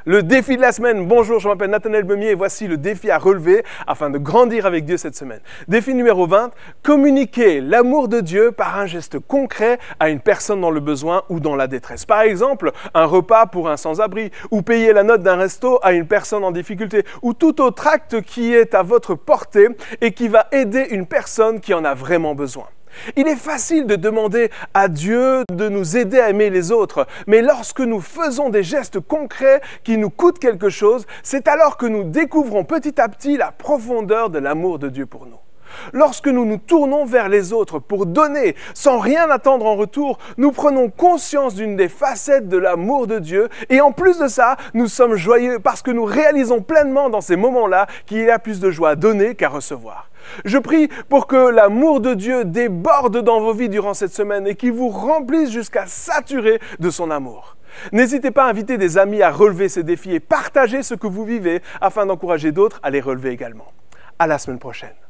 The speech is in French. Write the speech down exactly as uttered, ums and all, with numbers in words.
Le défi de la semaine. Bonjour, je m'appelle Nathanaël Bemier et voici le défi à relever afin de grandir avec Dieu cette semaine. Défi numéro vingt, communiquer l'amour de Dieu par un geste concret à une personne dans le besoin ou dans la détresse. Par exemple, un repas pour un sans-abri ou payer la note d'un resto à une personne en difficulté ou tout autre acte qui est à votre portée et qui va aider une personne qui en a vraiment besoin. Il est facile de demander à Dieu de nous aider à aimer les autres, mais lorsque nous faisons des gestes concrets qui nous coûtent quelque chose, c'est alors que nous découvrons petit à petit la profondeur de l'amour de Dieu pour nous. Lorsque nous nous tournons vers les autres pour donner sans rien attendre en retour, nous prenons conscience d'une des facettes de l'amour de Dieu et en plus de ça, nous sommes joyeux parce que nous réalisons pleinement dans ces moments-là qu'il y a plus de joie à donner qu'à recevoir. Je prie pour que l'amour de Dieu déborde dans vos vies durant cette semaine et qu'il vous remplisse jusqu'à saturer de son amour. N'hésitez pas à inviter des amis à relever ces défis et partager ce que vous vivez afin d'encourager d'autres à les relever également. À la semaine prochaine.